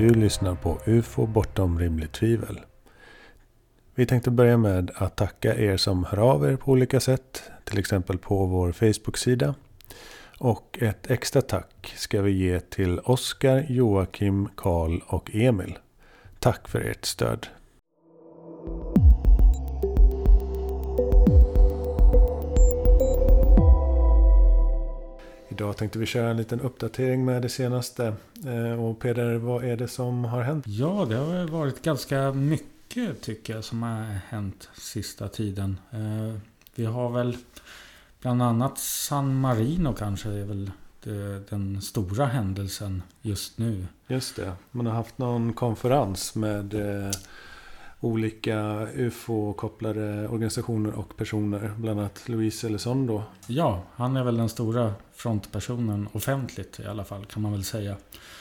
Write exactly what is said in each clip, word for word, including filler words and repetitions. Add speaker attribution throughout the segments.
Speaker 1: Du lyssnar på U F O bortom rimligt tvivel. Vi tänkte börja med att tacka er som hör av er på olika sätt, till exempel på vår Facebook-sida. Och ett extra tack ska vi ge till Oskar, Joakim, Karl och Emil. Tack för ert stöd. Idag tänkte vi köra en liten uppdatering med det senaste. Och Peder, vad är det som har hänt?
Speaker 2: Ja, det har varit ganska mycket tycker jag som har hänt sista tiden. Vi har väl bland annat San Marino kanske är väl den stora händelsen just nu.
Speaker 1: Just det, man har haft någon konferens med olika U F O-kopplade organisationer och personer, bland annat Luis Elizondo.
Speaker 2: Ja, han är väl den stora frontpersonen offentligt i alla fall kan man väl säga.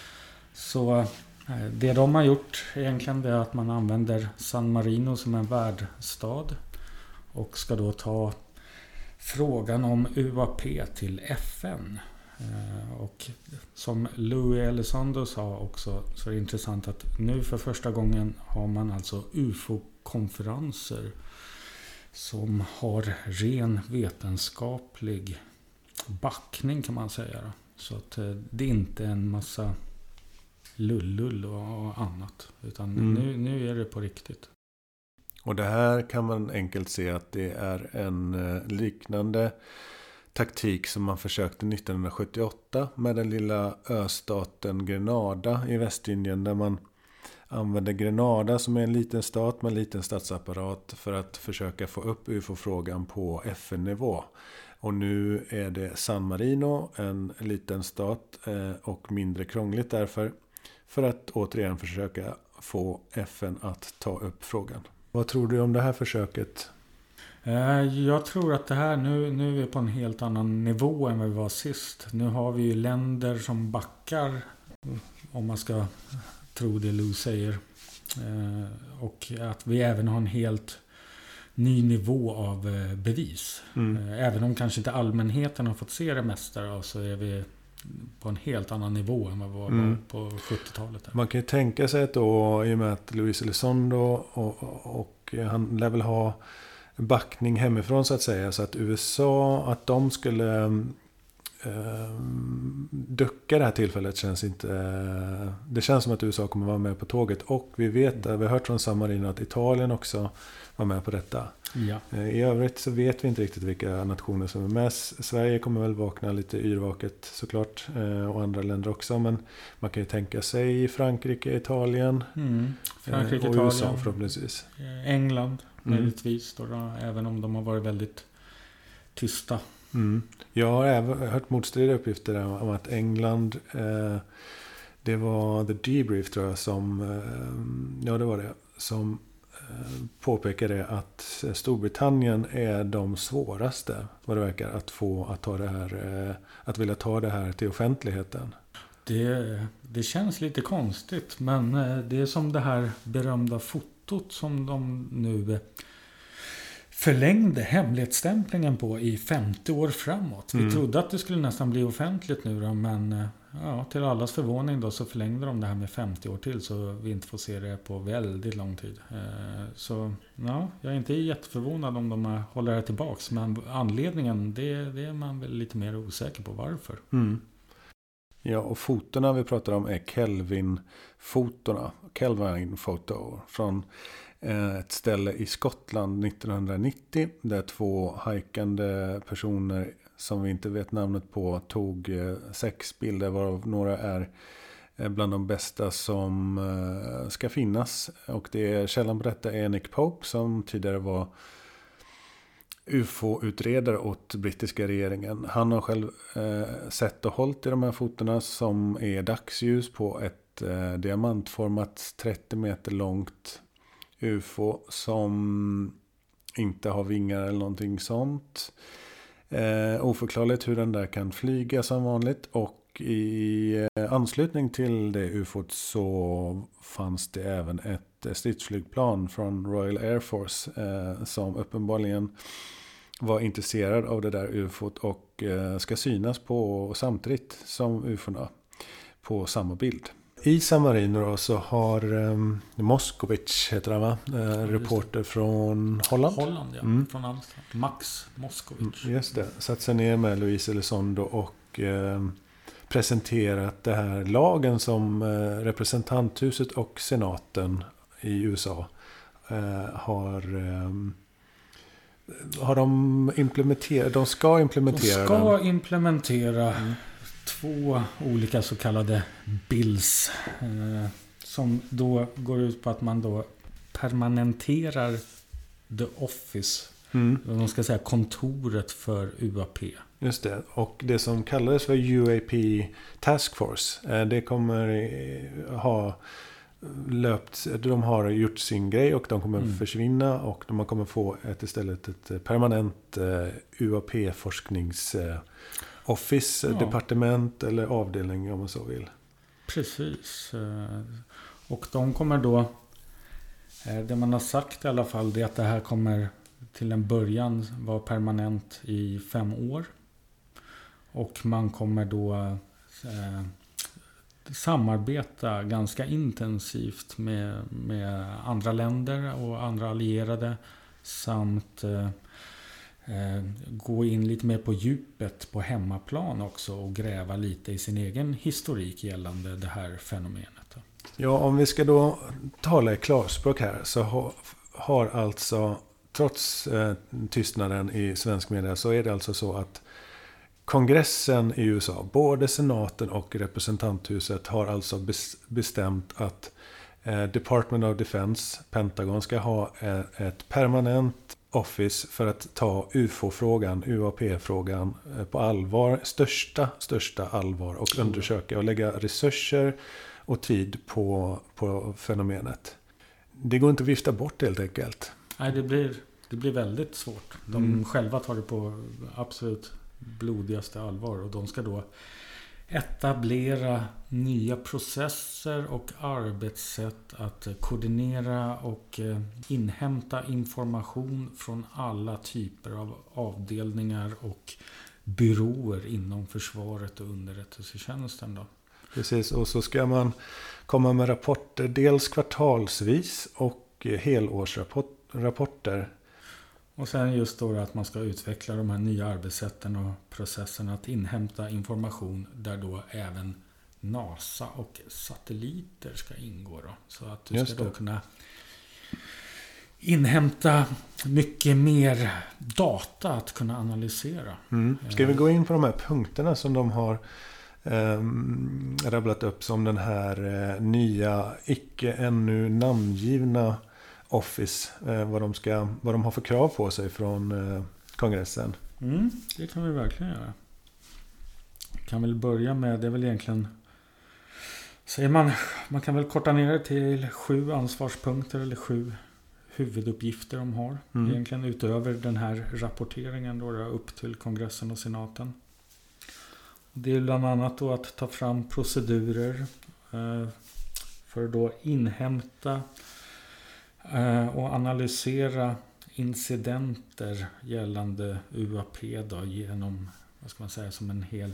Speaker 2: Så det de har gjort egentligen är att man använder San Marino som en värdstad och ska då ta frågan om U A P till F N. Och som Luis Elizondo sa också så är det intressant att nu för första gången har man alltså U F O-konferenser som har ren vetenskaplig backning kan man säga. Så att det är inte en massa lullull och annat utan mm. nu, nu är det på riktigt.
Speaker 1: Och det här kan man enkelt se att det är en liknande taktik som man försökte nittonhundrasjuttioåtta med den lilla östaten Grenada i Västindien, där man använde Grenada som är en liten stat med en liten statsapparat för att försöka få upp U F O-frågan på F N-nivå. Och nu är det San Marino, en liten stat och mindre krångligt därför, för att återigen försöka få F N att ta upp frågan. Vad tror du om det här försöket?
Speaker 2: Jag tror att det här nu, nu är vi på en helt annan nivå än vad vi var sist. Nu har vi ju länder som backar, om man ska tro det Lou säger. Och att vi även har en helt ny nivå av bevis. Mm. Även om kanske inte allmänheten har fått se det mesta så är vi på en helt annan nivå än vad vi var mm. på sjuttiotalet. Här.
Speaker 1: Man kan ju tänka sig att då, i och med att Luis Elizondo och, och, och han lär väl ha backning hemifrån så att säga, så att U S A, att de skulle eh, ducka det här tillfället känns inte, eh, det känns som att U S A kommer vara med på tåget, och vi vet, mm. vi har hört från San Marino att Italien också var med på detta.
Speaker 2: Ja.
Speaker 1: Eh, I övrigt så vet vi inte riktigt vilka nationer som är med. Sverige kommer väl vakna lite yrvaket såklart, eh, och andra länder också, men man kan ju tänka sig Frankrike, Italien
Speaker 2: mm. Frankrike,
Speaker 1: eh, och
Speaker 2: Italien,
Speaker 1: U S A förhoppningsvis.
Speaker 2: England. Möjligtvis då, då, även om de har varit väldigt tysta.
Speaker 1: Mm. Jag har även hört motstridiga uppgifter om att England, eh, det var The Debrief tror jag som, eh, ja det var det, som eh, påpekade att Storbritannien är de svåraste, vad det verkar, att få att ta det här, eh, att vilja ta det här till offentligheten.
Speaker 2: Det, det känns lite konstigt, men det är som det här berömda fotot som de nu förlängde hemlighetsstämplingen på i femtio år framåt. Vi mm. trodde att det skulle nästan bli offentligt nu då, men ja, till allas förvåning då så förlängde de det här med femtio år till så vi inte får se det på väldigt lång tid. Så ja, jag är inte jätteförvånad om de håller det tillbaks, men anledningen det, det är man väl lite mer osäker på varför.
Speaker 1: Mm. Ja, och fotorna vi pratar om är Kelvin-fotorna. Kelvin Photo från ett ställe i Skottland nittonhundranittio. Där två hajkande personer som vi inte vet namnet på tog sex bilder, varav några är bland de bästa som ska finnas. Och det är källan på detta är Nick Pope som tidigare var U F O-utredare åt brittiska regeringen. Han har själv eh, sett och hållit i de här fotorna som är dagsljus på ett eh, diamantformat trettio meter långt U F O som inte har vingar eller någonting sånt. Eh, oförklarligt hur den där kan flyga som vanligt, och i eh, anslutning till det U F O så fanns det även ett stridsflygplan från Royal Air Force eh, som uppenbarligen var intresserad av det där U F O och eh, ska synas på samtidigt som U F O-na på samma bild. I San Marino då, så har um, Moskowitz, heter han va? Uh, reporter från Holland.
Speaker 2: Holland, ja. Mm. Från Amsterdam. Max Moskowitz.
Speaker 1: Just det. Satt sig ner med Luis Elizondo och uh, presenterat det här lagen som uh, representanthuset och senaten i U S A uh, har... Um, har de implementerat? De ska implementera
Speaker 2: De ska
Speaker 1: den.
Speaker 2: implementera mm. två olika så kallade bills eh, som då går ut på att man då permanenterar the office. Mm. De ska säga kontoret för U A P.
Speaker 1: Just det. Och det som kallades för U A P Task Force, eh, det kommer ha löpt, de har gjort sin grej och de kommer mm. försvinna och de kommer få ett istället ett permanent eh, U A P-forsknings eh, office, ja. departement eller avdelning om man så vill.
Speaker 2: Precis. Och de kommer då, det man har sagt i alla fall, det är att det här kommer till en början vara permanent i fem år. Och man kommer då eh, samarbeta ganska intensivt med, med andra länder och andra allierade samt eh, eh, gå in lite mer på djupet på hemmaplan också och gräva lite i sin egen historik gällande det här fenomenet.
Speaker 1: Ja, om vi ska då tala i klarspråk här så har, har alltså trots eh, tystnaden i svensk media så är det alltså så att kongressen i U S A, både senaten och representanthuset har alltså bestämt att Department of Defense, Pentagon, ska ha ett permanent office för att ta U F O-frågan, U A P-frågan på allvar, största, största allvar och undersöka och lägga resurser och tid på, på fenomenet. Det går inte att vifta bort helt enkelt.
Speaker 2: Nej, det blir, det blir väldigt svårt. De mm. själva tar det på absolut blodigaste allvar och de ska då etablera nya processer och arbetssätt att koordinera och inhämta information från alla typer av avdelningar och byråer inom försvaret och underrättelsetjänsten då.
Speaker 1: Precis, och så ska man komma med rapporter dels kvartalsvis och helårsrapporter.
Speaker 2: Och sen just då att man ska utveckla de här nya arbetssätten och processerna att inhämta information där då även NASA och satelliter ska ingå då. Så att du ska då kunna inhämta mycket mer data att kunna analysera.
Speaker 1: Mm. Ska vi gå in på de här punkterna som de har um, rabblat upp som den här uh, nya icke ännu namngivna Office, eh, vad, de ska, vad de har för krav på sig från eh, kongressen.
Speaker 2: Mm, det kan vi verkligen göra. Kan väl börja med, det är väl egentligen, säger man, man kan väl korta ner det till sju ansvarspunkter eller sju huvuduppgifter de har. Mm. Egentligen utöver den här rapporteringen då, då upp till kongressen och senaten. Det är bland annat då att ta fram procedurer eh, för att då inhämta och analysera incidenter gällande U A P då, genom, vad ska man säga, som en hel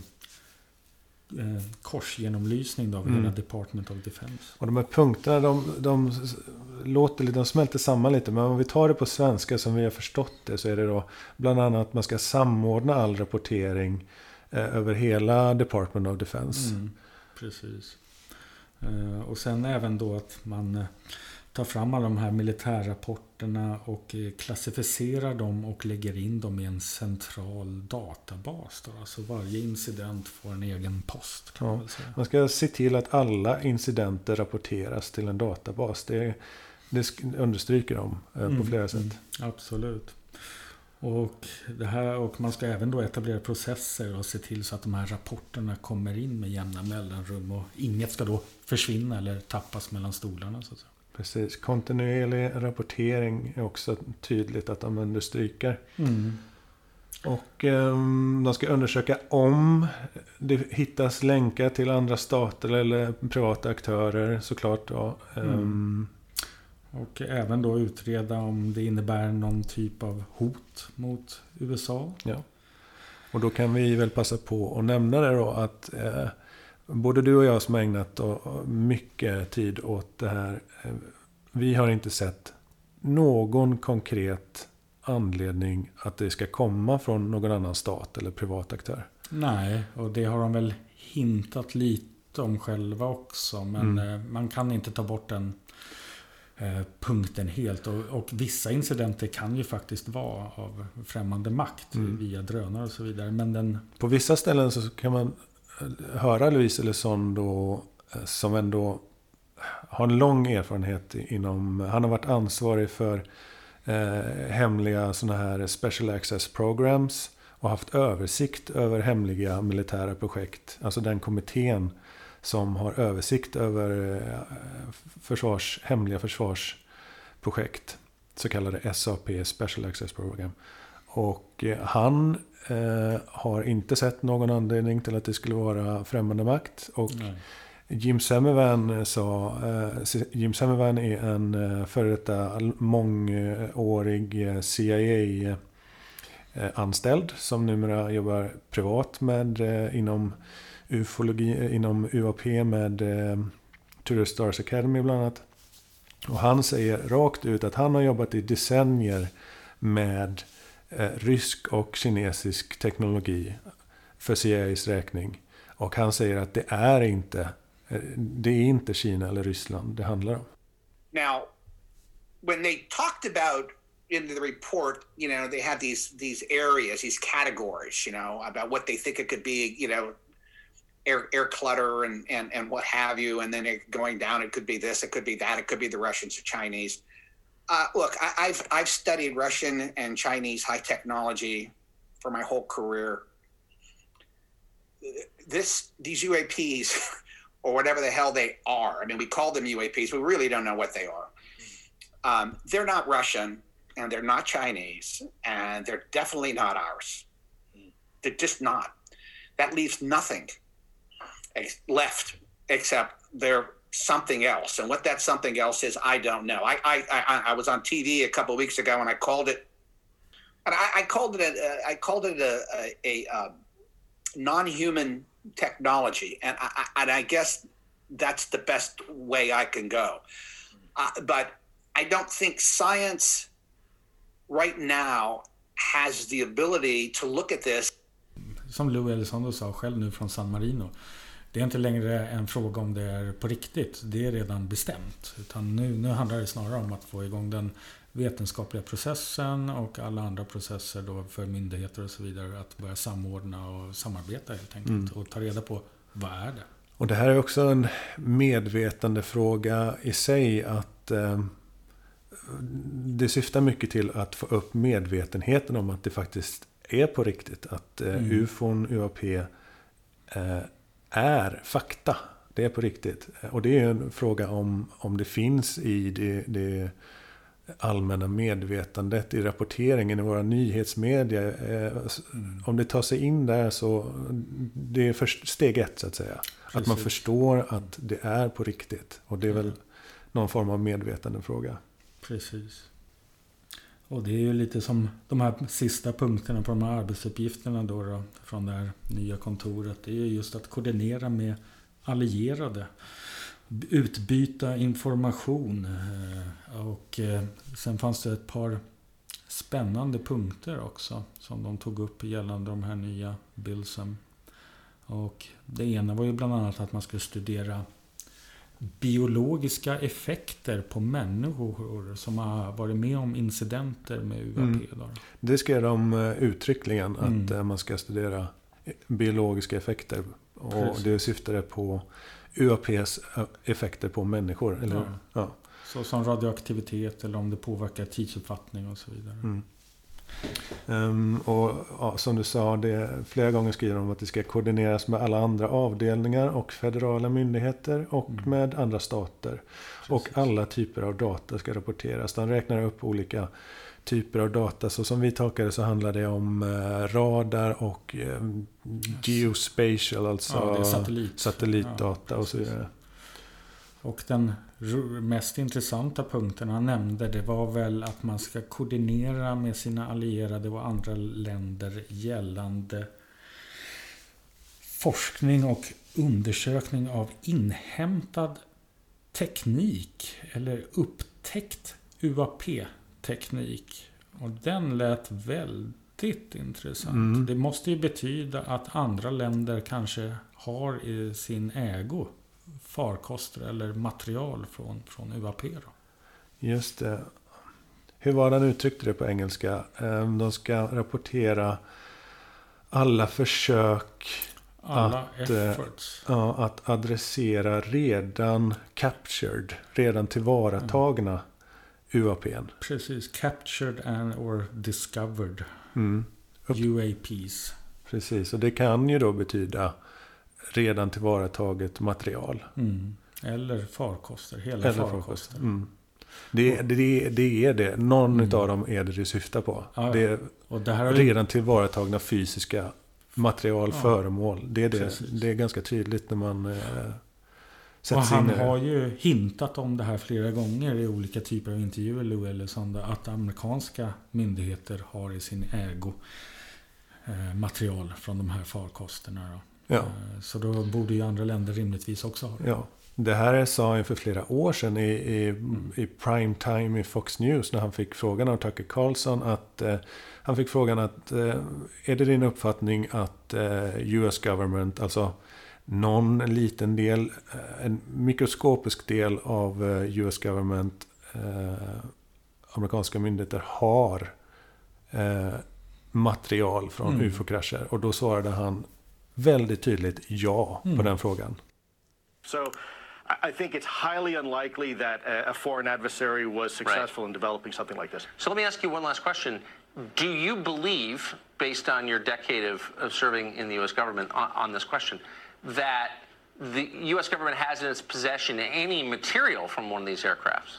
Speaker 2: eh, korsgenomlysning då, av mm. hela Department of Defense.
Speaker 1: Och de här punkterna, de, de låter lite, de smälter samman lite, men om vi tar det på svenska som vi har förstått det, så är det då bland annat att man ska samordna all rapportering eh, över hela Department of Defense.
Speaker 2: Mm, precis. Eh, och sen även då att man eh, ta fram alla de här militärrapporterna och klassificera dem och lägger in dem i en central databas. Då. Alltså varje incident får en egen post. Kan
Speaker 1: ja.
Speaker 2: man väl säga.
Speaker 1: Man ska se till att alla incidenter rapporteras till en databas. Det, det understryker de mm, på flera sätt. Mm,
Speaker 2: absolut. Och, det här, och man ska även då etablera processer och se till så att de här rapporterna kommer in med jämna mellanrum. Och inget ska då försvinna eller tappas mellan stolarna. Så att säga.
Speaker 1: Precis, kontinuerlig rapportering är också tydligt att de understryker. Mm. Och um, de ska undersöka om det hittas länkar till andra stater eller privata aktörer såklart. Då. Um,
Speaker 2: mm. Och även då utreda om det innebär någon typ av hot mot U S A.
Speaker 1: Ja. Och då kan vi väl passa på att nämna det då att eh, både du och jag som har ägnat mycket tid åt det här, vi har inte sett någon konkret anledning att det ska komma från någon annan stat eller privat aktör.
Speaker 2: Nej, och det har de väl hintat lite om själva också. Men mm. man kan inte ta bort den eh, punkten helt. Och, och vissa incidenter kan ju faktiskt vara av främmande makt mm. via drönare och så vidare. Men den...
Speaker 1: På vissa ställen så kan man höra Louise Ellison då, som ändå har en lång erfarenhet inom... Han har varit ansvarig för eh, hemliga såna här special access programs och haft översikt över hemliga militära projekt. Alltså den kommittén som har översikt över försvars, hemliga försvarsprojekt. Så kallade S A P, Special Access Program. Och han eh, har inte sett någon anledning till att det skulle vara främmande makt. Och Nej. Jim Semivan sa, eh, Jim Semivan är en eh, före detta mångårig C I A anställd som numera jobbar privat med eh, inom ufologi, inom U A P med eh, Tourist Stars Academy bland annat. Och han säger rakt ut att han har jobbat i decennier med eh, rysk och kinesisk teknologi för C I A:s räkning. Och han säger att det är inte eh, det är inte Kina eller Ryssland det handlar om.
Speaker 3: Now, when they talked about in the report, you know, they have these these areas, these categories, you know, about what they think it could be, you know, air air clutter and and and what have you, and then it going down, it could be this, it could be that, it could be the Russians or Chinese. Uh, look, I, I've I've studied Russian and Chinese high technology for my whole career. This these U A Ps or whatever the hell they are. I mean, we call them U A Ps, we really don't know what they are. Um, they're not Russian. And they're not Chinese, and they're definitely not ours. They're just not. That leaves nothing ex- left except they're something else. And what that something else is, I don't know. I I I, I was on T V a couple of weeks ago, and I called it. And I, I called it a uh, I called it a a, a uh, non-human technology, and I, I and I guess that's the best way I can go. Uh, but I don't think science right now has the ability to look at this.
Speaker 2: Som Lou Elizondo sa själv nu från San Marino. Det är inte längre en fråga om det är på riktigt. Det är redan bestämt. Utan nu, nu handlar det snarare om att få igång den vetenskapliga processen och alla andra processer då för myndigheter och så vidare. Att börja samordna och samarbeta helt enkelt. Mm. Och ta reda på vad är det.
Speaker 1: Och det här är också en medvetande fråga i sig att... Eh, det syftar mycket till att få upp medvetenheten om att det faktiskt är på riktigt. Att eh, mm. U F O n, U A P eh, är fakta. Det är på riktigt. Och det är en fråga om, om det finns i det, det allmänna medvetandet, i rapporteringen, i våra nyhetsmedia. Eh, mm. Om det tar sig in där så det är först steg ett så att säga. Precis. Att man förstår att det är på riktigt. Och det är väl någon form av medvetande fråga.
Speaker 2: Precis. Och det är ju lite som de här sista punkterna på de här arbetsuppgifterna då, då från det här nya kontoret. Det är just att koordinera med allierade. Utbyta information. Och sen fanns det ett par spännande punkter också som de tog upp gällande de här nya BILSAM. Och det ena var ju bland annat att man skulle studera biologiska effekter på människor som har varit med om incidenter med U A P. Mm.
Speaker 1: Det ska de uttryckligen att mm. man ska studera biologiska effekter. Och Precis. Det syftade på U A P:s effekter på människor. Eller? Ja. Ja.
Speaker 2: Så som radioaktivitet eller om det påverkar tidsuppfattning och så vidare.
Speaker 1: Mm. Um, och ja, som du sa, det, flera gånger skriver de att det ska koordineras med alla andra avdelningar och federala myndigheter och mm. med andra stater. Precis. Och alla typer av data ska rapporteras. De räknar upp olika typer av data. Så som vi tolkar det så handlar det om eh, radar och eh, geospatial, alltså
Speaker 2: ja, satellit.
Speaker 1: satellitdata
Speaker 2: ja,
Speaker 1: och så vidare.
Speaker 2: Och den mest intressanta punkten han nämnde, det var väl att man ska koordinera med sina allierade och andra länder gällande forskning och undersökning av inhämtad teknik eller upptäckt U A P-teknik. Och den lät väldigt intressant. Mm. Det måste ju betyda att andra länder kanske har i sin ägo farkoster eller material från, från U A P då.
Speaker 1: Just det. Hur var den uttryckte det på engelska? De ska rapportera alla försök
Speaker 2: alla
Speaker 1: att,
Speaker 2: efforts.
Speaker 1: Ja, att adressera redan captured, redan tillvaratagna mm. U A P:n.
Speaker 2: Precis, captured and or discovered
Speaker 1: mm.
Speaker 2: U A Ps.
Speaker 1: Precis, och det kan ju då betyda redan tillvarataget material.
Speaker 2: Mm. Eller farkoster, hela
Speaker 1: Eller
Speaker 2: farkoster.
Speaker 1: farkoster. Mm. Det, det, det är det. Någon mm. av dem är det du syftar på.
Speaker 2: Ja,
Speaker 1: det är
Speaker 2: och det här
Speaker 1: redan tillvaratagna fysiska material, ja. föremål. Det är, det, det är ganska tydligt när man eh, sätter
Speaker 2: och
Speaker 1: sig in
Speaker 2: han
Speaker 1: i
Speaker 2: har ju hintat om det här flera gånger i olika typer av intervjuer, Lou Ellison, att amerikanska myndigheter har i sin ägo eh, material från de här farkosterna. Då.
Speaker 1: Ja.
Speaker 2: Eh, så då borde ju andra länder rimligtvis också ha det.
Speaker 1: Ja. Det här sa han för flera år sedan i, i,
Speaker 2: mm.
Speaker 1: i prime time i Fox News när han fick frågan av Tucker Carlson att eh, han fick frågan att eh, är det din uppfattning att eh, U S government, alltså någon liten del, en mikroskopisk del av eh, U S government, eh, amerikanska myndigheter har eh, material från
Speaker 2: mm.
Speaker 1: U F O-krascher? Och då svarade han väldigt tydligt ja
Speaker 2: mm.
Speaker 1: på den frågan.
Speaker 4: So I think it's highly unlikely that a foreign adversary was successful right. in developing something like this.
Speaker 5: So let me ask you one last question. Do you believe, based on your decade of, of serving in the U S government on, on this question, that the U S government has in its possession any material from one of these aircrafts?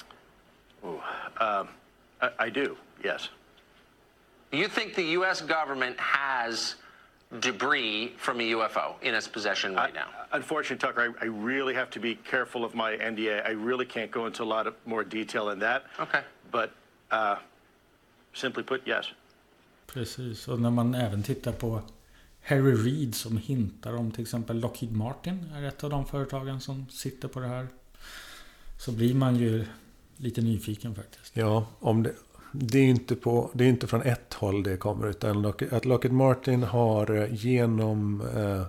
Speaker 4: Ooh, um, I, I do, yes.
Speaker 5: Do you think the U S government has debris from a U F O in its possession right
Speaker 4: I,
Speaker 5: now?
Speaker 4: Unfortunately, Tucker, I, I really have to be careful of my N D A. I really can't go into a lot of more detail than that.
Speaker 5: Okay.
Speaker 4: But uh, simply put, yes.
Speaker 2: Precis, och när man även tittar på Harry Reid som hintar om till exempel Lockheed Martin är ett av de företagen som sitter på det här, så blir man ju lite nyfiken faktiskt.
Speaker 1: Ja, om det... Det är inte på, det är inte från ett håll det kommer, utan att Lockheed Martin har genom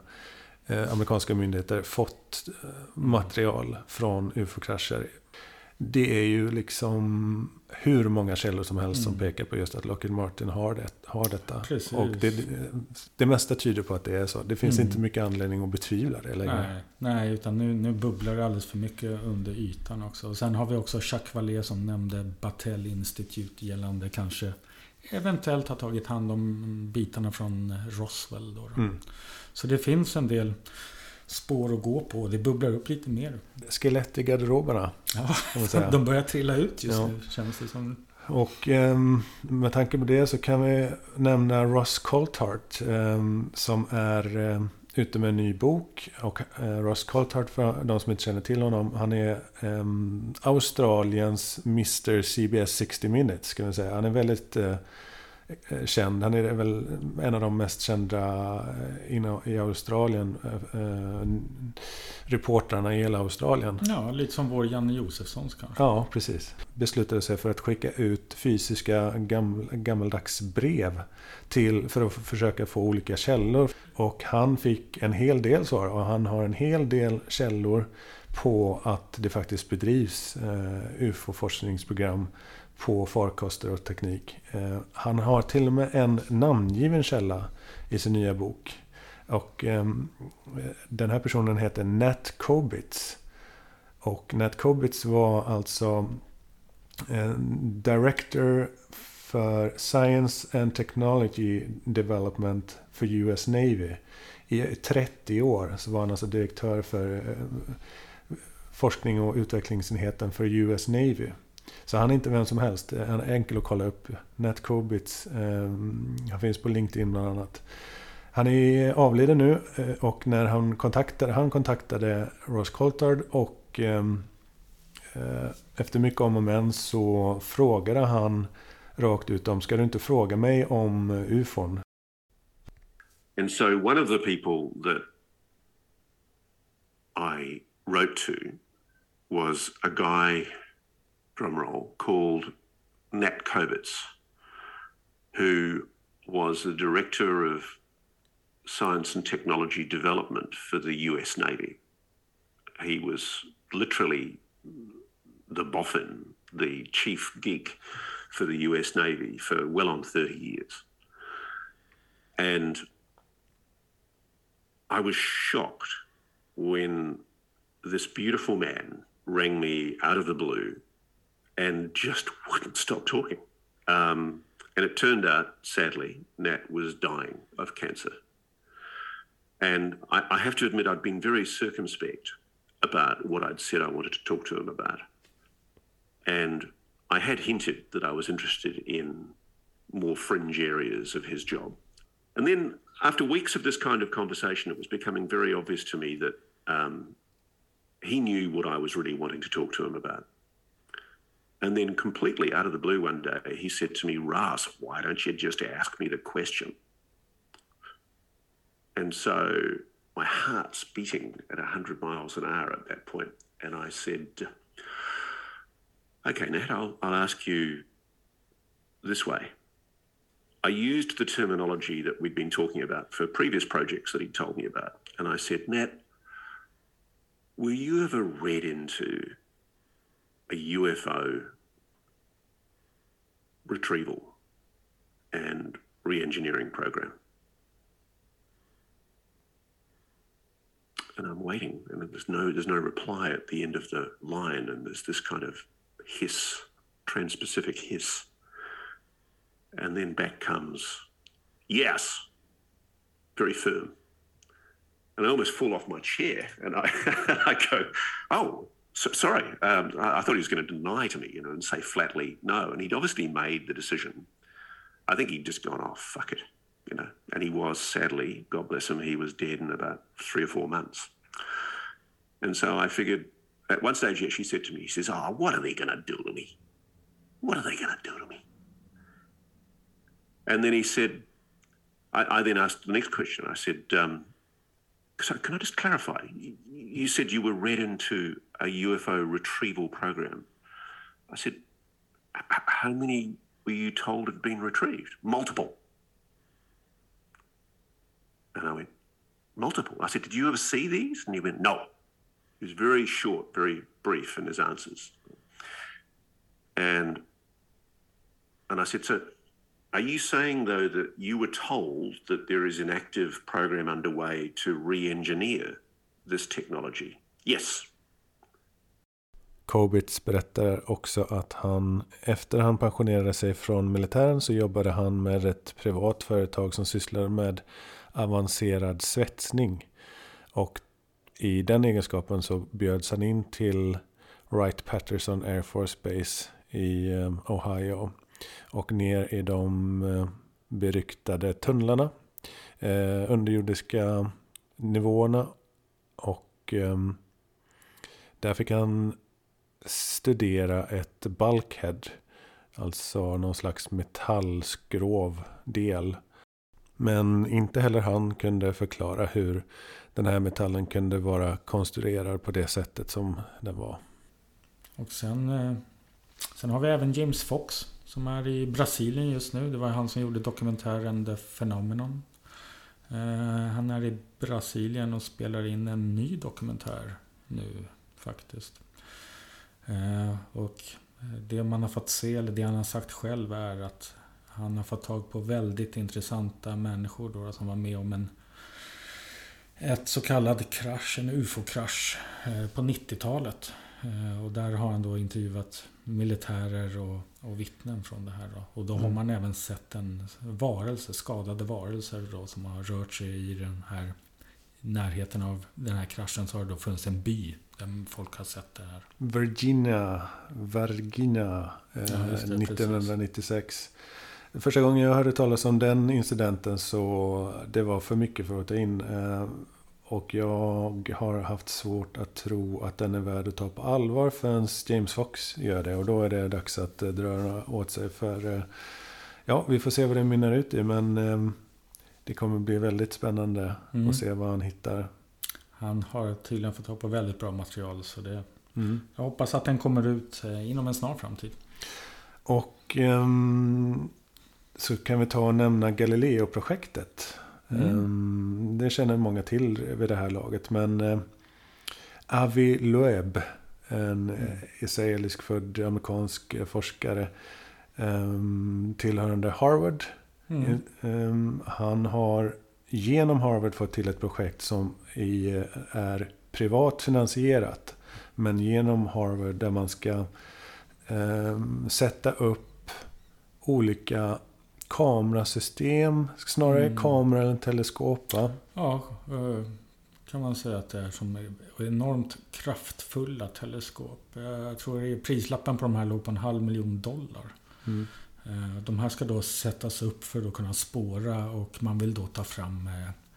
Speaker 1: eh, amerikanska myndigheter fått material från U F O-krascher. Det är ju liksom hur många källor som helst mm. som pekar på just att Lockheed Martin har, det, har detta.
Speaker 2: Precis.
Speaker 1: Och det, det mesta tyder på att det är så. Det finns mm. inte mycket anledning att betvivla det längre.
Speaker 2: Nej, nej utan nu, nu bubblar det alldeles för mycket under ytan också. Och sen har vi också Jacques Vallée som nämnde Battelle Institute gällande kanske eventuellt har tagit hand om bitarna från Roswell. Då, då. Mm. Så det finns en del spår att gå på. Det bubblar upp lite mer.
Speaker 1: Skelett i garderoberna.
Speaker 2: Ja, de börjar trilla ut just ja. nu, känns det som.
Speaker 1: Och um, med tanke på det så kan vi nämna Ross Coulthart um, som är um, ute med en ny bok. Och uh, Ross Coulthart, för de som inte känner till honom, han är um, Australiens mister C B S sextio minutes, ska vi säga. Han är väldigt uh, känd. Han är väl en av de mest kända i Australien eh, reportrarna i hela Australien.
Speaker 2: Ja, lite som vår Janne Josefssons kanske.
Speaker 1: Ja, precis. Beslutade sig för att skicka ut fysiska gammel, gammeldags brev till, för att försöka få olika källor. Och han fick en hel del svar, och han har en hel del källor på att det faktiskt bedrivs eh, U F O-forskningsprogram på farkoster och teknik. Eh, han har till och med en namngiven källa i sin nya bok. Och eh, den här personen heter Nat Kobitz. Och Nat Kobitz var alltså eh, Director för Science and Technology Development för U S Navy. I trettio år så var han alltså direktör för eh, forskning och utvecklingsenheten för U S Navy. Så han är inte vem som helst. Han är enkel att kolla upp. Nat Kobitz. Eh, han finns på LinkedIn bland annat. Han är avliden nu. Eh, och när han kontaktade, han kontaktade Ross Coulthart. Och eh, efter mycket om och men så frågade han rakt ut om, ska du inte fråga mig om U F O n?
Speaker 6: And so one of the people that I wrote to was a guy, drumroll, called Nat Kobitz, who was the director of science and technology development for the U S Navy. He was literally the boffin, the chief geek for the U S Navy for well on thirty years. And I was shocked when this beautiful man rang me out of the blue and just wouldn't stop talking. Um, and it turned out, sadly, Nat was dying of cancer. And I, I have to admit, I'd been very circumspect about what I'd said I wanted to talk to him about. And I had hinted that I was interested in more fringe areas of his job. And then after weeks of this kind of conversation, it was becoming very obvious to me that um, he knew what I was really wanting to talk to him about. And then completely out of the blue one day, he said to me, "Ras, why don't you just ask me the question?" And so my heart's beating at one hundred miles an hour at that point. And I said, "Okay, Nat, I'll, I'll ask you this way." I used the terminology that we'd been talking about for previous projects that he'd told me about. And I said, "Nat, were you ever read into a U F O retrieval and re-engineering program?" And I'm waiting, and there's no there's no reply at the end of the line, and there's this kind of hiss, trans-Pacific hiss. And then back comes, "Yes," very firm. And I almost fall off my chair, and I, I go, "Oh, so, sorry, um, I, I thought he was going to deny to me, you know, and say flatly no." And he'd obviously made the decision. I think he'd just gone, "Oh, fuck it," you know. And he was, sadly, God bless him, he was dead in about three or four months. And so I figured, at one stage, yeah, she said to me, he says, "Oh, what are they going to do to me? What are they going to do to me?" And then he said, I, I then asked the next question. I said, um, "So can I just clarify? You, you said you were read into a U F O retrieval program." I said, "How many were you told had been retrieved?" "Multiple." And I went, "Multiple?" I said, "Did you ever see these?" And he went, "No." He was very short, very brief in his answers. And, and I said, "So are you saying, though, that you were told that there is an active program underway to re-engineer this technology?" "Yes."
Speaker 1: Kobitz berättar också att han, efter han pensionerade sig från militären, så jobbade han med ett privat företag som sysslar med avancerad svetsning. Och i den egenskapen så bjöds han in till Wright-Patterson Air Force Base i Ohio och ner i de beryktade tunnlarna, eh, underjordiska nivåerna, och eh, där fick han studera ett bulkhead, alltså någon slags metallskrovdel. Men inte heller han kunde förklara hur den här metallen kunde vara konstruerad på det sättet som den var. Och sen, sen har vi även James Fox som är i Brasilien just nu. Det var han som gjorde dokumentären The Phenomenon. Han är i Brasilien och spelar in en ny dokumentär nu faktiskt. Och det man har fått se, eller det han har sagt själv, är att han har fått tag på väldigt intressanta människor då, som var med om en ett så kallad krasch, en U F O-krasch på nittiotalet. Och där har han då intervjuat militärer och, och vittnen från det här då. Och då mm. har man även sett en varelse, skadade varelser då, som har rört sig i den här närheten av den här kraschen. Så har det då funnits en by där folk har sett det här. Virginia, Virginia eh, ja, det, nittonhundranittiosex. Precis. Första gången jag hörde talas om den incidenten så det var för mycket för att ta in. Eh, och jag har haft svårt att tro att den är värd att ta på allvar förrän James Fox gör det. Och då är det dags att eh, dra åt sig för... Eh, ja, vi får se vad det mynnar ut i. Men eh, det kommer bli väldigt spännande mm. att se vad han hittar.
Speaker 2: Han har tydligen fått ta på väldigt bra material, så det,
Speaker 1: mm.
Speaker 2: jag hoppas att den kommer ut inom en snar framtid.
Speaker 1: Och um, så kan vi ta och nämna Galileo-projektet. Mm. Um, det känner många till vid det här laget, men uh, Avi Loeb, en mm. israelisk född amerikansk forskare um, tillhörande Harvard. Mm. Um, han har genom Harvard fått till ett projekt som i, är privat finansierat, men genom Harvard, där man ska um, sätta upp olika kamerasystem, snarare mm. kamera eller teleskop, va?
Speaker 2: Ja, kan man säga att det är som enormt kraftfulla teleskop. Jag tror att prislappen på de här låg på en halv miljon dollar. Mm. De här ska då sättas upp för att kunna spåra, och man vill då ta fram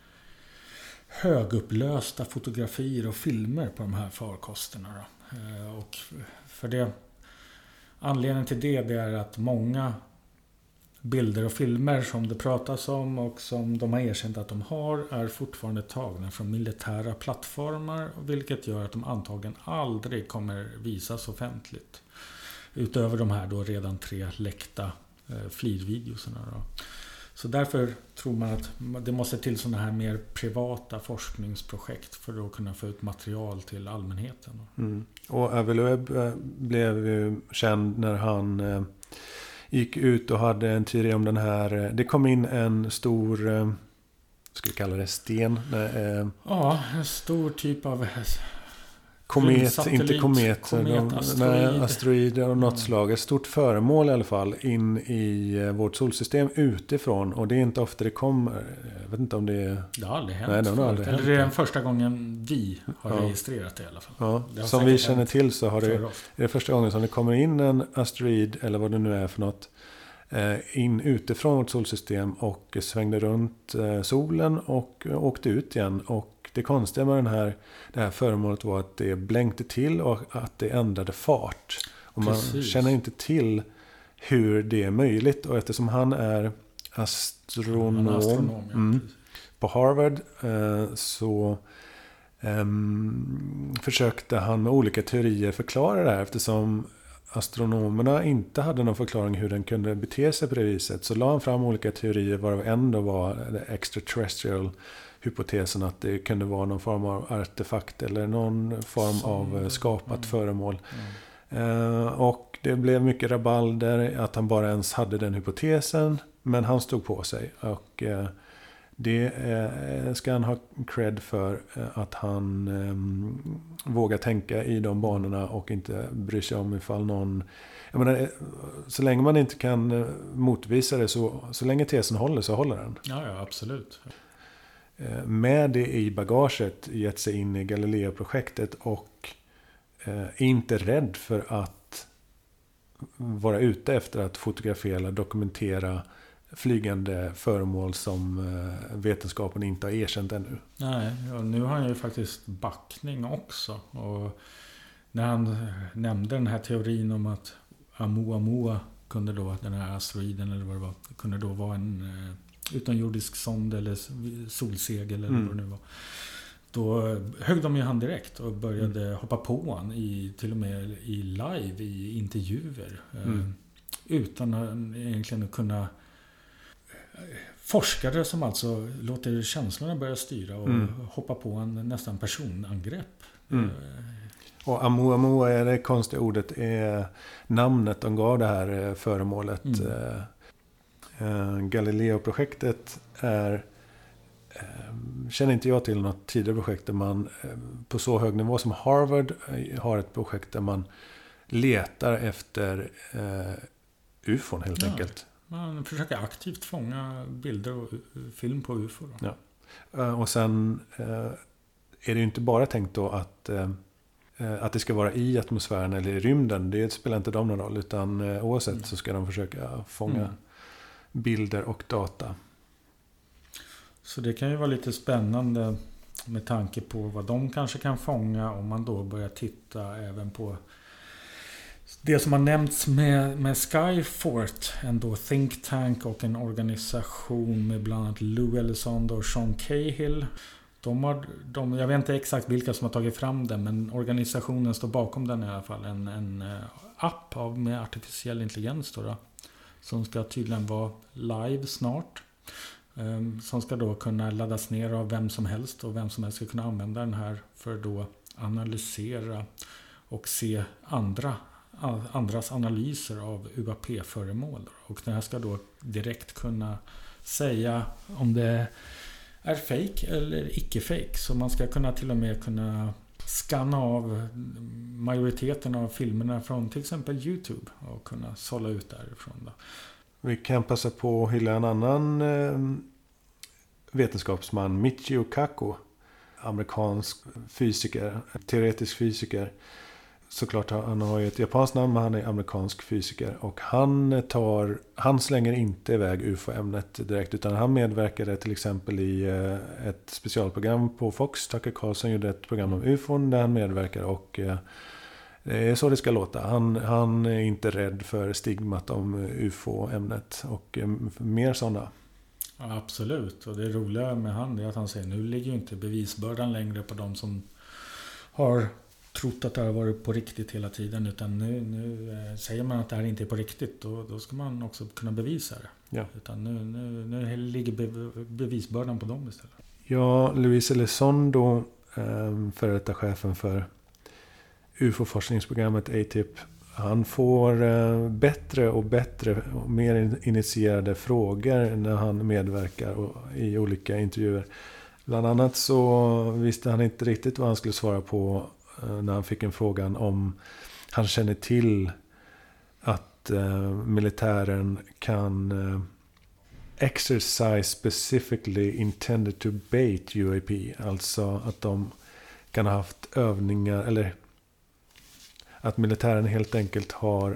Speaker 2: högupplösta fotografier och filmer på de här farkosterna. Och för det, anledningen till det, det är att många bilder och filmer som det pratas om och som de har erkänt att de har är fortfarande tagna från militära plattformar, vilket gör att de antagligen aldrig kommer visas offentligt. Utöver de här då redan tre läckta eh, flirvideosarna då. Så därför tror man att det måste till sådana här mer privata forskningsprojekt för att kunna få ut material till allmänheten.
Speaker 1: Mm. Och Avi Loeb blev ju känd när han eh, gick ut och hade en teori om den här. Det kom in en stor, eh, ska vi kalla det sten? Eh,
Speaker 2: ja, en stor typ av
Speaker 1: komet, inte komet, komet asteroid. Nej, asteroid och något mm. slag. Ett stort föremål i alla fall in i vårt solsystem utifrån. Och det är inte ofta det kommer. Jag vet inte om det är...
Speaker 2: Det har aldrig hänt.
Speaker 1: Nej, det har aldrig
Speaker 2: Eller
Speaker 1: hänt.
Speaker 2: det är den första gången vi har
Speaker 1: ja.
Speaker 2: registrerat det i alla fall.
Speaker 1: Ja. Som vi känner till så har det, är det första gången som det kommer in en asteroid, eller vad det nu är för något, in utifrån vårt solsystem och svängde runt solen och åkte ut igen. Och det konstiga med den här, det här föremålet var att det blänkte till och att det ändrade fart. Och man Precis. känner inte till hur det är möjligt. Och eftersom han är astronom, han är astronom ja. mm, på Harvard eh, så eh, försökte han med olika teorier förklara det här. Eftersom astronomerna inte hade någon förklaring hur den kunde bete sig på det viset, så la han fram olika teorier, varav en då var extraterrestrial hypotesen, att det kunde vara någon form av artefakt eller någon form Som, av skapat mm. föremål. Mm. Uh, och det blev mycket rabalder att han bara ens hade den hypotesen, men han stod på sig. Och uh, det uh, ska han ha cred för, uh, att han um, vågar tänka i de banorna och inte bryr sig om ifall någon... Jag menar, så länge man inte kan motvisa det, så, så länge tesen håller så håller den.
Speaker 2: Ja, ja, absolut.
Speaker 1: Med det i bagaget gett sig in i Galileo-projektet och eh, inte rädd för att vara ute efter att fotografera eller dokumentera flygande föremål som eh, vetenskapen inte har erkänt ännu.
Speaker 2: Nej, och nu har han ju faktiskt backning också. Och när han nämnde den här teorin om att Oumuamua kunde då, den här asteroiden eller vad det var, kunde då vara en eh, utomjordisk sond eller solsegel eller mm. vad det nu var. Då högg de ju han direkt och började mm. hoppa på han i, till och med i live i intervjuer. Mm. Eh, utan att egentligen kunna... Forskare som alltså låter känslorna börja styra och mm. hoppa på en nästan personangrepp.
Speaker 1: Mm. Och Oumuamua är det konstiga ordet, är namnet de gav det här föremålet. Mm. Uh, Galileo-projektet är, uh, känner inte jag till något tidigare projekt där man uh, på så hög nivå som Harvard uh, har ett projekt där man letar efter uh, U F O helt ja, enkelt.
Speaker 2: Man försöker aktivt fånga bilder och film på U F O. Då.
Speaker 1: Ja. Uh, och sen uh, är det ju inte bara tänkt då att uh, att det ska vara i atmosfären eller i rymden. Det spelar inte de någon roll, utan uh, oavsett mm. så ska de försöka fånga mm. bilder och data.
Speaker 2: Så det kan ju vara lite spännande med tanke på vad de kanske kan fånga om man då börjar titta även på Det som har nämnts med, med Skyfort, en då think tank och en organisation med bland annat Lou Elizondo och Sean Cahill. De har, de, jag vet inte exakt vilka som har tagit fram den, men organisationen står bakom den i alla fall. En, en app av, med artificiell intelligens då, då, som ska tydligen vara live snart. Um, som ska då kunna laddas ner av vem som helst, och vem som helst ska kunna använda den här för att då analysera och se andra, andras analyser av U A P-föremål. Och den här ska då direkt kunna säga om det är fake eller icke fake. Så man ska kunna till och med kunna skanna av majoriteten av filmerna från till exempel YouTube och kunna sålla ut därifrån då.
Speaker 1: Vi kan passa på att hylla en annan eh, vetenskapsman, Michio Kaku, amerikansk fysiker, teoretisk fysiker. Såklart, han har ju ett japanskt namn, men han är amerikansk fysiker. Och han tar, han slänger inte iväg U F O-ämnet direkt, utan han medverkade till exempel i ett specialprogram på Fox. Tucker Carlson gjorde ett program om U F O där han medverkar, och det är så det ska låta. Han, han är inte rädd för stigmat om U F O-ämnet, och mer sådana.
Speaker 2: Ja, absolut, och det roliga med han är att han säger nu ligger ju inte bevisbördan längre på de som har trott att det har varit på riktigt hela tiden, utan nu, nu eh, säger man att det här inte är på riktigt, då, då ska man också kunna bevisa det.
Speaker 1: Ja.
Speaker 2: Utan nu, nu, nu ligger be, bevisbördan på dem istället.
Speaker 1: Ja, Luis Elizondo, eh, före detta chefen för U F O-forskningsprogrammet A T I P, han får eh, bättre och bättre och mer initierade frågor när han medverkar och, i olika intervjuer. Bland annat så visste han inte riktigt vad han skulle svara på när han fick en frågan om han känner till att eh, militären kan eh, exercise specifically intended to bait U A P. Alltså att de kan ha haft övningar, eller att militären helt enkelt har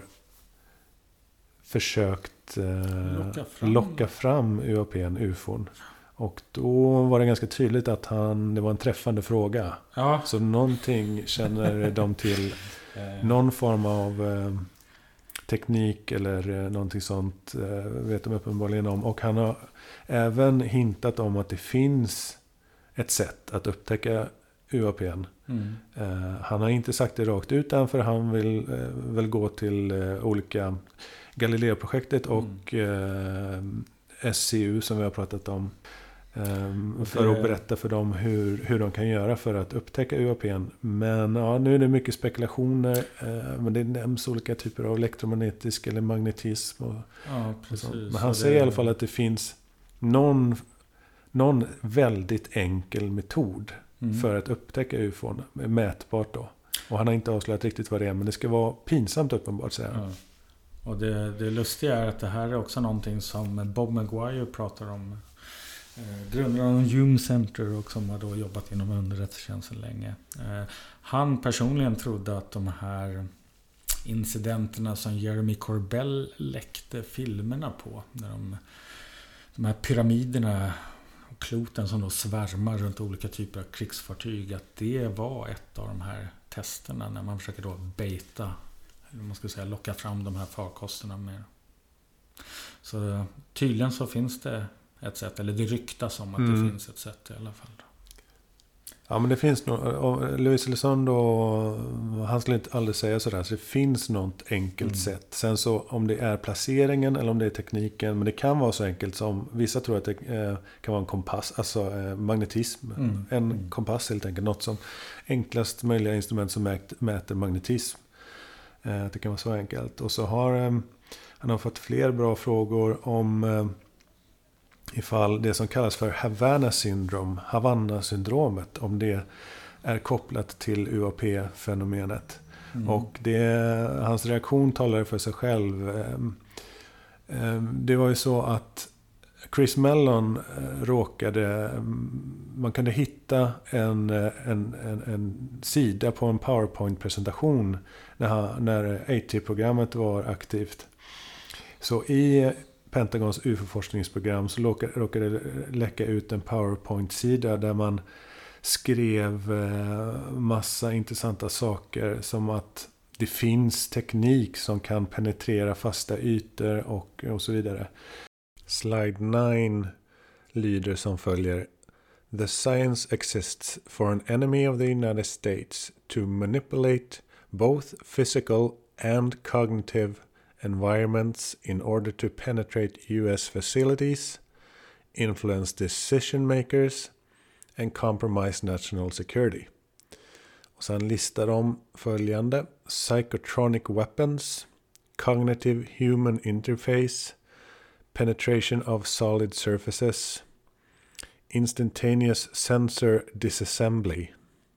Speaker 1: försökt eh, locka fram, locka fram U A P-n, U F O-n. Och då var det ganska tydligt att han, det var en träffande fråga.
Speaker 2: Ja.
Speaker 1: Så någonting känner de till. Någon form av eh, teknik eller eh, någonting sånt eh, vet de uppenbarligen om. Och han har även hintat om att det finns ett sätt att upptäcka U A P:n. Mm. Eh, han har inte sagt det rakt ut än, för han vill eh, väl gå till eh, olika Galileo-projektet och eh, S C U som vi har pratat om. Um, för att berätta för dem hur, hur de kan göra för att upptäcka U A P:n. Men ja, nu är det mycket spekulationer. Uh, men det nämns olika typer av elektromagnetisk eller magnetism. Och,
Speaker 2: ja, precis.
Speaker 1: och men han säger det i alla fall att det finns någon, någon väldigt enkel metod mm. för att upptäcka U F O, mätbart då. Och han har inte avslöjat riktigt vad det är, men det ska vara pinsamt uppenbart, säger han.
Speaker 2: Ja. Och det, det lustiga är att det här är också någonting som Bob Maguire pratar om. Eh, grundaren av Hume Center, och som har då jobbat inom underrättelsetjänsten länge. Eh, han personligen trodde att de här incidenterna som Jeremy Corbell läckte filmerna på, när de, de här pyramiderna och kloten som då svärmar runt olika typer av krigsfartyg, att det var ett av de här testerna när man försöker då baita, man ska säga locka fram de här farkosterna med. Så tydligen så finns det ett sätt, eller det ryktas om att mm. det finns ett sätt i alla fall.
Speaker 1: Ja, men det finns nog, Luis Elizondo, han skulle inte aldrig säga sådär, så det finns något enkelt mm. sätt. Sen så om det är placeringen eller om det är tekniken, men det kan vara så enkelt som, vissa tror att det eh, kan vara en kompass, alltså eh, magnetism, mm. en mm. kompass helt enkelt, något som enklast möjliga instrument som mäkt, mäter magnetism. Eh, det kan vara så enkelt. Och så har eh, han har fått fler bra frågor om eh, ifall det som kallas för Havana syndrom, Havanna-syndromet, om det är kopplat till U A P-fenomenet. Mm. Och det, hans reaktion talar för sig själv. Det var ju så att Chris Mellon råkade, man kunde hitta en, en, en, en sida på en PowerPoint-presentation när, han, när A T I-programmet var aktivt. Så i Pentagons U F O-forskningsprogram så råkade det läcka ut en PowerPoint-sida där man skrev massa intressanta saker, som att det finns teknik som kan penetrera fasta ytor och, och så vidare. Slide nio lyder som följer: The science exists for an enemy of the United States to manipulate both physical and cognitive environments in order to penetrate U S facilities, influence decision makers and compromise national security. Och sen listar de följande: psychotronic weapons, cognitive human interface, penetration of solid surfaces, instantaneous sensor disassembly,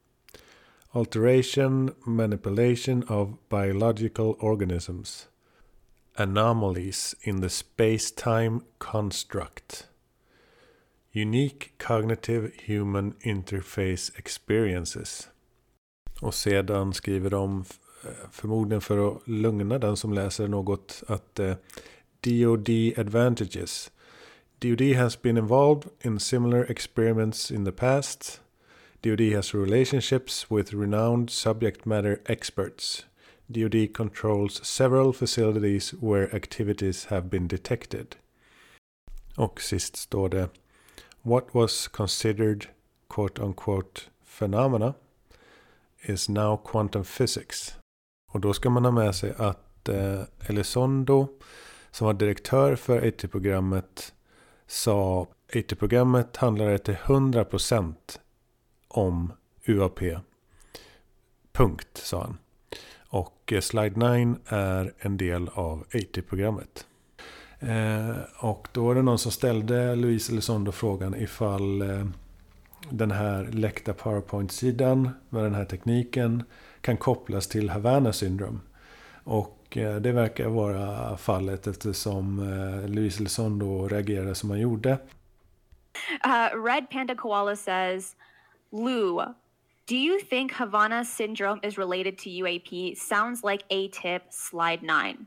Speaker 1: alteration, manipulation of biological organisms, anomalies in the space-time construct, unique cognitive human interface experiences. Och sedan skriver de, förmodligen för att lugna den som läser något, att eh, D O D advantages. D O D has been involved in similar experiments in the past. D O D has relationships with renowned subject matter experts. D O D controls several facilities where activities have been detected. Och sist står det: What was considered quote unquote phenomena is now quantum physics. Och då ska man ha med sig att eh, Elizondo, som var direktör för A T-programmet, sa A T-programmet handlade till hundra procent om U A P. Punkt, sa han. Och eh, Slide nio är en del av A T-programmet. Eh, och då var det någon som ställde Luis Elizondo frågan ifall eh, den här läckta PowerPoint-sidan med den här tekniken kan kopplas till Havana syndrom. Och eh, det verkar vara fallet eftersom eh, Luis Elizondo reagerade som han gjorde.
Speaker 7: Uh, Red Panda Koala says, Lou, do you think Havana syndrome is related to U A P? Sounds like A-tip, slide nine.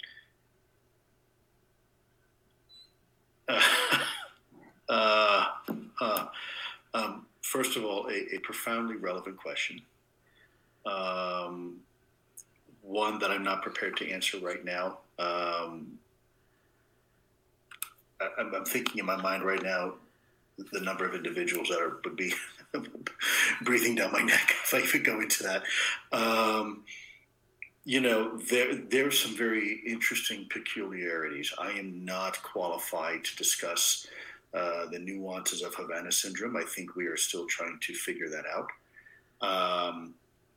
Speaker 8: Uh, uh, uh, um, first of all, a, a profoundly relevant question. Um, one that I'm not prepared to answer right now. Um, I, I'm thinking in my mind right now the number of individuals that are, would be breathing down my neck if I even go into that. Um, you know, there there's some very interesting peculiarities. I am not qualified to discuss uh, the nuances of Havana syndrome. I think we are still trying to figure that out. Um,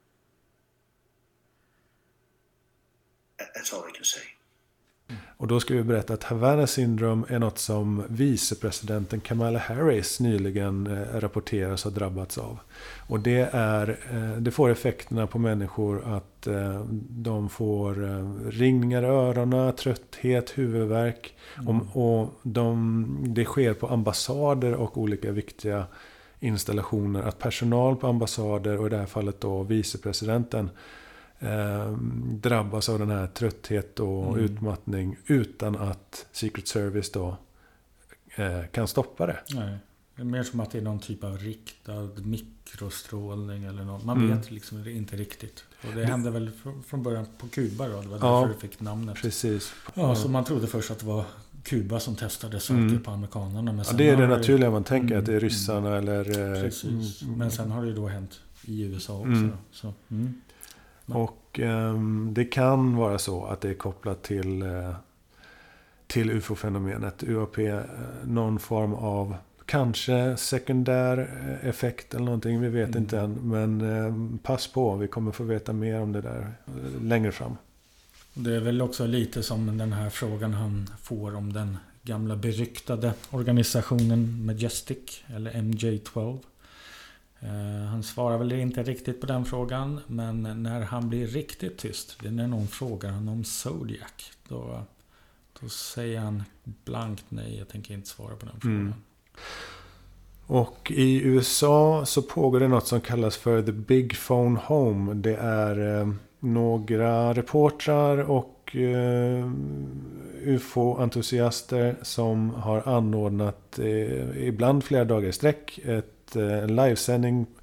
Speaker 8: that's all I can say.
Speaker 1: Och då ska vi berätta att Havana syndrom är något som vicepresidenten Kamala Harris nyligen rapporteras ha drabbats av. Och det, är, det får effekterna på människor att de får ringningar i öronen, trötthet, huvudvärk. Mm. Och, och de, det sker på ambassader och olika viktiga installationer. Att personal på ambassader, och i det här fallet då vicepresidenten, Eh, drabbas av den här trötthet och mm. utmattning utan att Secret Service då eh, kan stoppa det.
Speaker 2: Nej, det är mer som att det är någon typ av riktad mikrostrålning eller något. Man mm. vet liksom inte riktigt. Och det hände väl från början på Kuba då. Det var
Speaker 1: ja,
Speaker 2: därför det fick namnet.
Speaker 1: Precis.
Speaker 2: Ja, så man trodde först att det var Kuba som testade saker mm. på amerikanerna. Men
Speaker 1: ja, det är det naturliga man tänker, mm. att det är ryssarna mm. eller...
Speaker 2: Precis. Mm. Men sen har det ju då hänt i U S A också.
Speaker 1: Mm.
Speaker 2: Så, mm.
Speaker 1: Och um, det kan vara så att det är kopplat till, uh, till U F O-fenomenet. U A P, uh, någon form av kanske sekundär uh, effekt eller någonting. Vi vet mm. inte än. Men uh, pass på, vi kommer få veta mer om det där uh, längre fram.
Speaker 2: Det är väl också lite som den här frågan han får om den gamla beryktade organisationen Majestic eller M J tolv. Han svarar väl inte riktigt på den frågan, men när han blir riktigt tyst, det är när någon frågar honom om Zodiac, då, då säger han blankt nej, jag tänker inte svara på den frågan. Mm.
Speaker 1: Och i U S A så pågår det något som kallas för The Big Phone Home. Det är eh, några reportrar och eh, U F O-entusiaster som har anordnat eh, ibland flera dagar i sträck ett en livesändning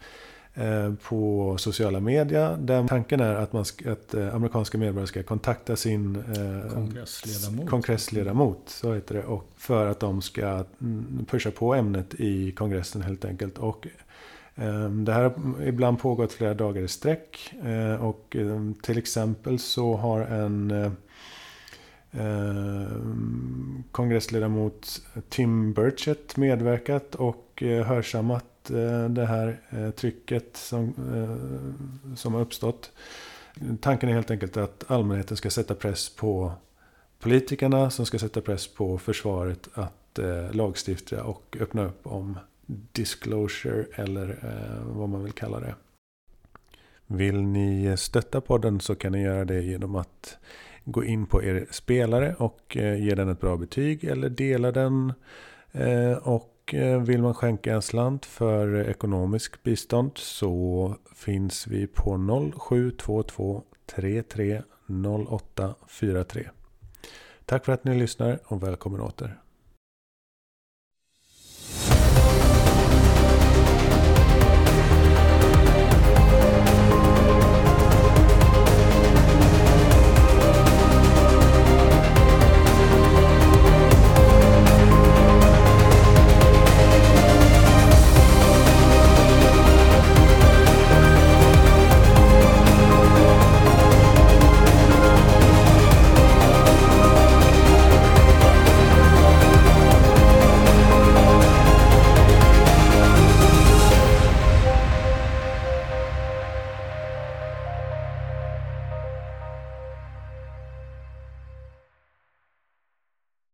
Speaker 1: på sociala medier. Där tanken är att, man ska, att amerikanska medborgare ska kontakta sin eh,
Speaker 2: kongressledamot.
Speaker 1: kongressledamot så heter det, och för att de ska pusha på ämnet i kongressen helt enkelt. Och eh, det här har ibland pågått flera dagar i sträck. Eh, och eh, till exempel så har en eh, Eh, kongressledamot Tim Burchett medverkat och eh, hörsammat eh, det här eh, trycket som, eh, som har uppstått. Tanken är helt enkelt att allmänheten ska sätta press på politikerna, som ska sätta press på försvaret att eh, lagstifta och öppna upp om disclosure eller eh, vad man vill kalla det. Vill ni stötta podden så kan ni göra det genom att gå in på er spelare och eh, ge den ett bra betyg eller dela den. Eh, och eh, vill man skänka en slant för ekonomisk bistånd så finns vi på noll sju två två tre tre noll åtta fyra tre. Tack för att ni lyssnar och välkommen åter.